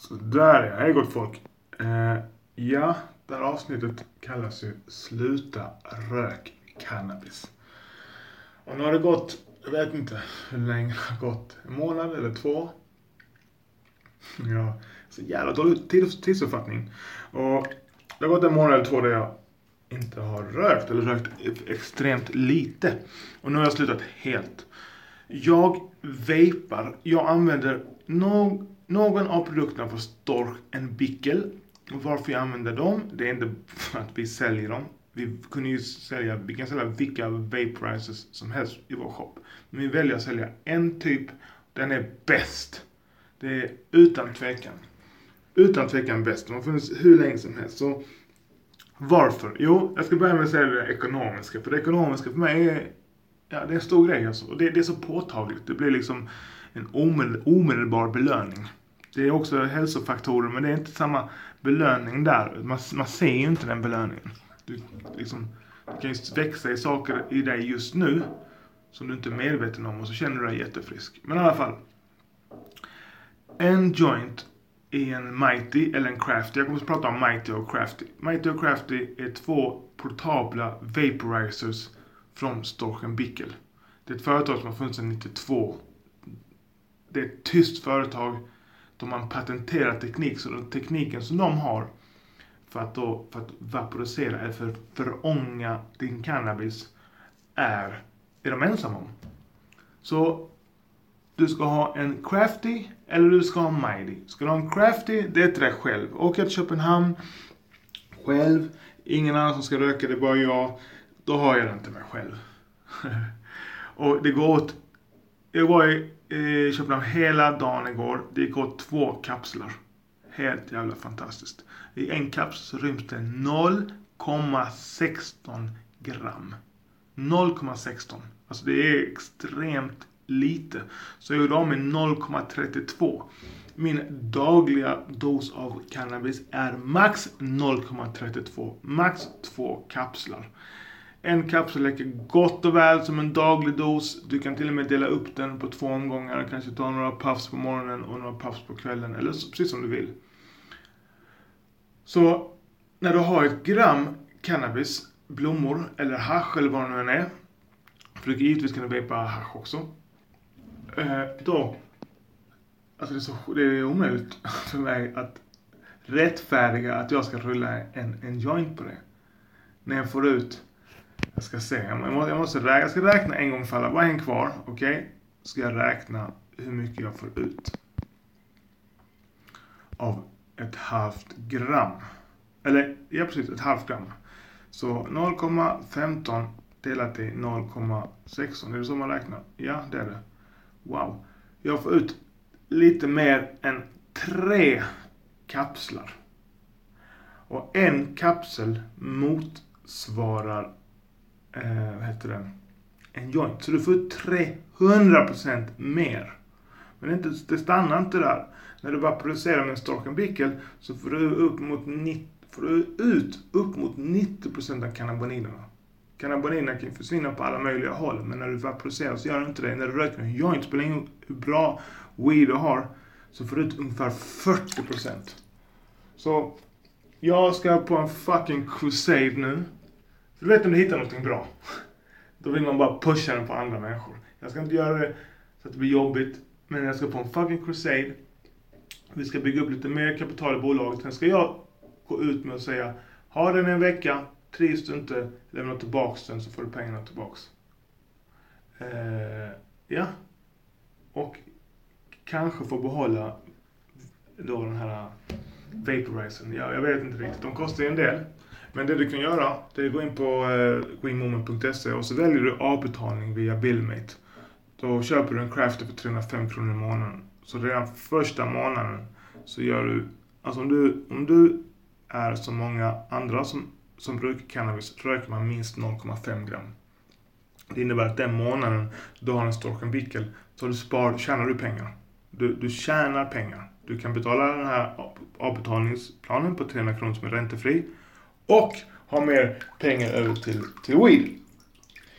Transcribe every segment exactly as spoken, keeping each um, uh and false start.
Så där är hej gott folk. Eh, ja, det här avsnittet kallas ju Sluta rök cannabis. Och nu har det gått, jag vet inte hur länge det har gått. En månad eller två. Ja, så jävla dålig tidsuppfattning. Och det har gått en månad eller två där jag inte har rökt eller rökt extremt lite. Och nu har jag slutat helt. Jag vapar, jag använder no- någon av produkterna för Stork and Bickel. Varför jag använder dem, det är inte för att vi säljer dem. Vi kunde ju sälja, vi kan sälja vilka vaporizers som helst i vår shop. Men vi väljer att sälja en typ, den är bäst. Det är utan tvekan. Utan tvekan bäst. De har funnits hur länge som helst. Så varför? Jo, jag ska börja med att säga det ekonomiska. För det ekonomiska för mig är, ja, det är en stor grej alltså. Och det, det är så påtagligt. Det blir liksom en omedel, omedelbar belöning. Det är också hälsofaktorer, men det är inte samma belöning där. Man, man ser ju inte den belöningen. Du, liksom, du kan ju växa i saker i dig just nu som du inte är medveten om, och så känner du dig jättefrisk. Men i alla fall, en joint är en Mighty eller en Crafty. Jag kommer att prata om Mighty och Crafty. Mighty och Crafty är två portabla vaporizers från Stork and Bickel. Det är ett företag som har funnits sedan nittiotvå. Det är ett tyst företag. De har patenterat teknik, så den tekniken som de har för att, då, för att vaporisera eller för att förånga din cannabis är, är de ensamma om. Så du ska ha en Crafty eller du ska ha en Mighty. Ska du ha en Crafty, det är till dig själv. Åka till Köpenhamn själv. Ingen annan som ska röka, det är bara jag. Då har jag den till mig själv. Och det går åt. Jag var i eh, Köpenhamn hela dagen igår. Det gick åt två kapslar. Helt jävla fantastiskt. I en kapsel så ryms det noll komma sexton gram. noll komma sexton. Alltså det är extremt lite. Så jag gjorde av med noll komma trettiotvå. Min dagliga dos av cannabis är max noll komma trettiotvå. Max två kapslar. En kapsel räcker gott och väl som en daglig dos. Du kan till och med dela upp den på två omgångar. Kanske ta några puffs på morgonen och några puffs på kvällen. Eller så, precis som du vill. Så när du har ett gram cannabis, blommor eller hasch eller vad det nu än är. För du givetvis kan du vapa hasch också. Eh, då, alltså det är, så, det är omöjligt för mig att rättfärdiga att jag ska rulla en, en joint på det. När jag får ut, jag ska se, jag måste, jag måste räkna, jag ska räkna en gång för alla, vad är en kvar, okej? Okay? Ska jag räkna hur mycket jag får ut av ett halvt gram. Eller, ja precis, ett halvt gram. Så noll komma femton delat till noll komma sexton, är det så man räknar? Ja, det är det. Wow. Jag får ut lite mer än tre kapslar. Och en kapsel motsvarar eh, vad heter det? En joint. Så du får ut trehundra procent mer. Men det, inte, det stannar inte där. När du bara producerar med en Stork and Bickel så får du, upp mot nittio, får du ut upp mot nittio procent av cannabinoiderna. Cannabinoiderna kan försvinna på alla möjliga håll. Men när du vaporiserar så gör du inte det. När du röker en joint, spelar ingen hur bra weed du har, så får du ut ungefär fyrtio procent. Så jag ska på en fucking crusade nu. Så du vet om du hittar någonting bra. Då vill man bara pusha den på andra människor. Jag ska inte göra det så att det blir jobbigt. Men jag ska på en fucking crusade. Vi ska bygga upp lite mer kapital i bolaget. Sen ska jag gå ut med och säga, ha den en vecka, trivs du inte, lämna tillbaks den så får du pengarna tillbaks. Eh, ja. Och kanske få behålla då den här vaporizern. Ja, jag vet inte riktigt. De kostar ju en del. Men det du kan göra, det är att gå in på eh, wingmoment punkt se och så väljer du avbetalning via Billmate. Då köper du en Crafty för trehundrafem kronor i månaden. Så redan första månaden så gör du, alltså om du, om du är som många andra som, som röker cannabis, röker man minst noll komma fem gram. Det innebär att den månaden du har en Stork and Bickel så du spar, tjänar du pengar. Du, du tjänar pengar. Du kan betala den här avbetalningsplanen på trehundra kronor som är räntefri och ha mer pengar över till, till weed.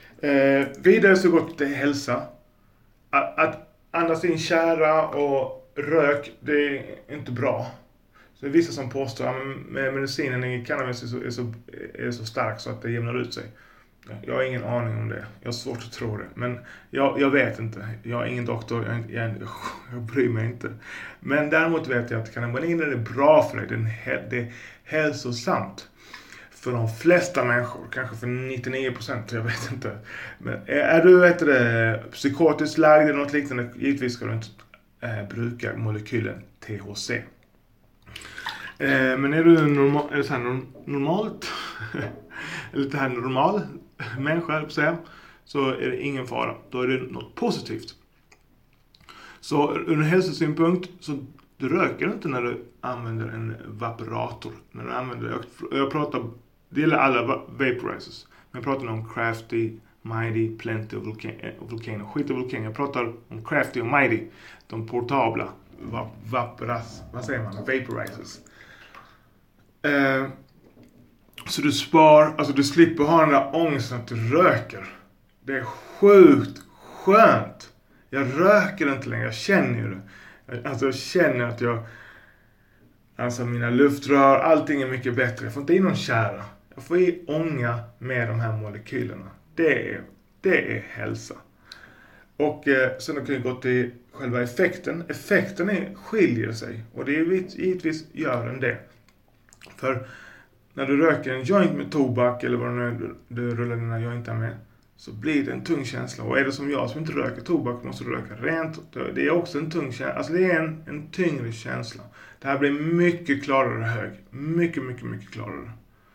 Eh, vidare så gott till hälsa. Att, att andas in kära och rök, det är inte bra. Så det är vissa som påstår att medicinen i cannabis är så, är, så, är så stark så att det jämnar ut sig. Jag har ingen aning om det. Jag har svårt att tro det. Men jag, jag vet inte. Jag är ingen doktor. Jag, jag, jag bryr mig inte. Men däremot vet jag att cannabis är bra för dig. Det är, det är hälsosamt. För de flesta människor. Kanske för nittionio procent. Jag vet inte. Men är du vet det, psykotiskt lagd eller något liknande. Givetvis ska du inte äh, bruka molekylen T H C. Eh, men är du normal, är det så här normalt eller det här normal människa på säga, så är det ingen fara. Då är det något positivt. Så ur en hälsosynpunkt så du röker inte när du använder en vaporator. När du använder, jag, jag pratar, det gäller alla vaporizers. Men jag pratar om Crafty, Mighty, Plenty och Volcano. Skit och Volcano. Jag pratar om Crafty och Mighty. De portabla vaporas, vad säger man? Vaporizers. Eh, så du spar, alltså du slipper ha den där ångesten att du röker. Det är sjukt skönt. Jag röker inte längre, jag känner ju det. Alltså jag känner att jag, alltså mina luftrör, allting är mycket bättre. Jag får inte in någon kära. Jag får i ånga med de här molekylerna. Det är, det är hälsa. Och eh, sen kan jag gå till själva effekten. Effekten är, skiljer sig. Och det är givetvis gör den det. För när du röker en joint med tobak eller vad nu du, du rullar dina jointar med, så blir det en tung känsla. Och är det som jag som inte röker tobak måste du röka rent. Det är också en tung känsla. Alltså det är en, en tyngre känsla. Det här blir mycket klarare hög. Mycket, mycket, mycket klarare.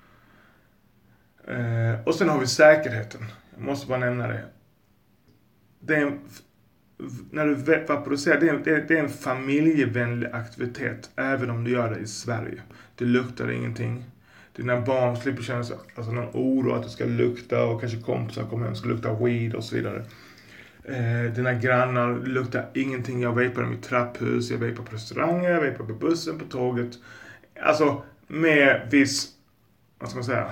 Eh, och sen har vi säkerheten. Jag måste bara nämna det. Det är en, när du vaporiserar, det är, det, är, det är en familjevänlig aktivitet. Även om du gör det i Sverige. Det luktar ingenting. Dina barn slipper känna sig, alltså någon oro att det ska lukta. Och kanske kompisar kommer hem och ska lukta weed och så vidare. Eh, dina grannar luktar ingenting. Jag vapar i mitt trapphus. Jag vapar på restauranger. Jag vapar på bussen, på tåget. Alltså med viss, vad ska man säga,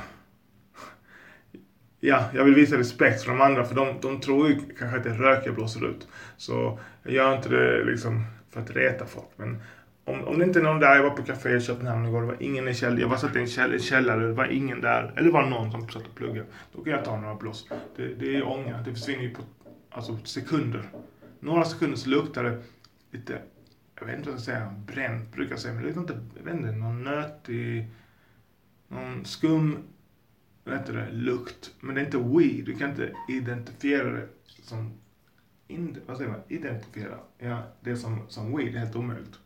ja, jag vill visa respekt för de andra. För de, de tror ju kanske att det röker blåser ut. Så jag gör inte det liksom för att reta folk. Men om, om det inte är någon där, jag var på café i Köpenhamn igår. Det var ingen i källare. Jag var satt i en källare, källare. Det var ingen där. Eller det var någon som satt och pluggade. Då kan jag ta några blås. Det, det är ånga. Det försvinner ju på alltså, sekunder. Några sekunder så luktar det lite, jag vet inte vad jag ska säga, bränt brukar jag säga. Men det är inte, jag vet inte, någon nötig, någon skum, vet du det, lukt. Men det är inte weed. Du kan inte identifiera det som, in, vad säger man, identifiera. Ja, det är som, som weed, det är helt omöjligt.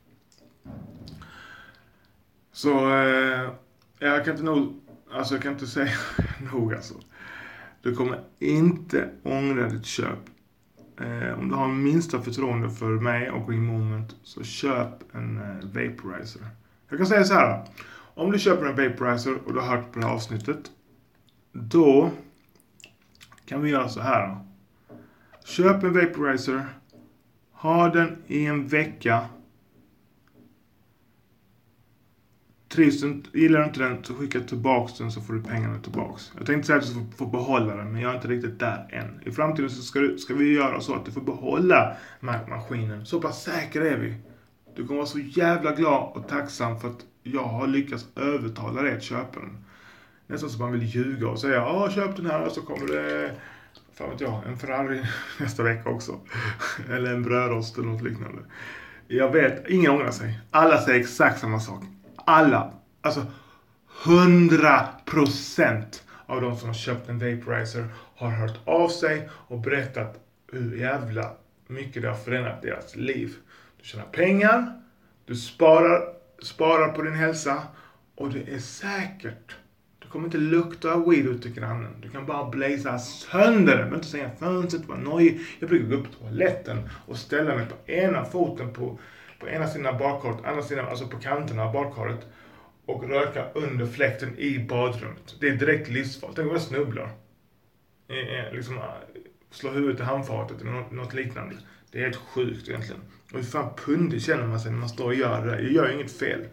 Så eh, jag kan inte nog, alltså jag kan inte säga nog alltså. Du kommer inte ångra ditt köp. Eh, om du har minsta förtroende för mig och Green Moment, så köp en eh, vaporizer. Jag kan säga så här. Om du köper en vaporizer och du har hört på det här avsnittet, då kan vi göra så här då. Köp en vaporizer. Ha den i en vecka. Trivs du, gillar du inte den, så skicka tillbaka den, så får du pengarna tillbaks. Jag tänkte säga att du får, får behålla den, men jag är inte riktigt där än. I framtiden så ska, du, ska vi göra så att du får behålla maskinen. Så pass säker är vi. Du kommer vara så jävla glad och tacksam för att jag har lyckats övertala dig att köpa den. Nästan som man vill ljuga och säga, ja, köp den här, och så kommer det, fan vet jag, en Ferrari nästa vecka också. Eller en brödrost eller något liknande. Jag vet, ingen ångrar sig. Alla säger exakt samma sak. Alla, alltså hundra procent av de som har köpt en vaporizer har hört av sig och berättat hur jävla mycket det har förändrat deras liv. Du tjänar pengar, du sparar, sparar på din hälsa, och det är säkert. Du kommer inte lukta weed ut till grannen. Du kan bara blaza sönder den. Men inte säga fönstret var nöj. Jag brukar gå upp på toaletten och ställa mig på ena foten på på ena sidan av badkaret, andra sidan, alltså på kanterna av badkaret, och röka under fläkten i badrummet. Det är direkt livsfarligt. Tänk om jag snubblar. Eh, liksom slå huvudet i handfatet eller något, något liknande. Det är helt sjukt egentligen. Och hur fan pundig känner man sig när man står och gör det. Jag gör inget fel.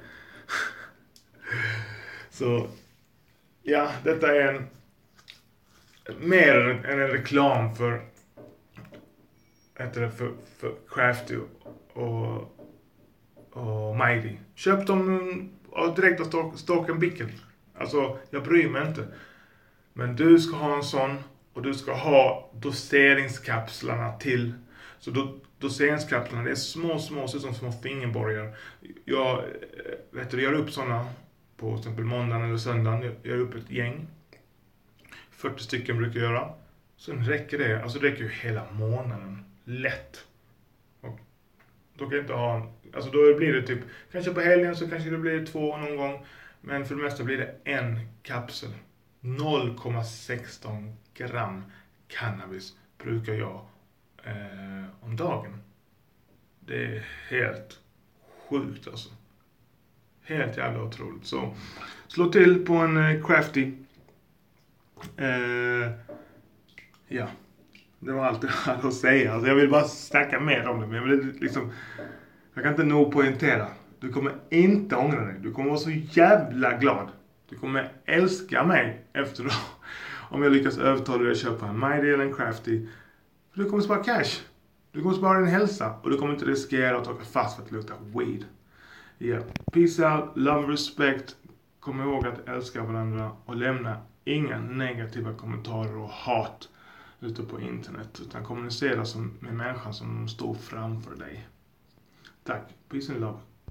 Så ja, detta är en mer än en reklam för heter det för, för Crafty och och Mighty. Köp dem och direkt av Stork, Stork and Bickel. Alltså, jag bryr mig inte. Men du ska ha en sån och du ska ha doseringskapslarna till. Så do, doseringskapslarna, det är små, små, ser ut som små fingerborgar. Jag, vet du, jag gör upp såna på till exempel måndagen eller söndagen. Jag gör upp ett gäng. fyrtio stycken brukar jag göra. Sen räcker det, alltså det räcker ju hela månaden. Lätt. Och då kan jag inte ha, alltså då blir det typ, kanske på helgen så kanske det blir två någon gång. Men för det mesta blir det en kapsel. noll komma sexton gram cannabis brukar jag eh, om dagen. Det är helt sjukt alltså. Helt jävla otroligt. Så slå till på en eh, crafty. Eh, ja. Det var allt jag hade att säga. Alltså jag vill bara snacka mer om det. Men jag vill liksom, jag kan inte nog poängtera. Du kommer inte ångra dig. Du kommer vara så jävla glad. Du kommer älska mig efteråt. Om jag lyckas övertala dig att köpa en Mighty eller en Crafty. För du kommer spara cash. Du kommer spara din hälsa. Och du kommer inte riskera att åka fast för att lukta weed. Yeah. Peace out. Love, respect. Kom ihåg att älska varandra. Och lämna inga negativa kommentarer och hat ute på internet. Utan kommunicera som, med människan som står framför dig. Tack. Peace and love.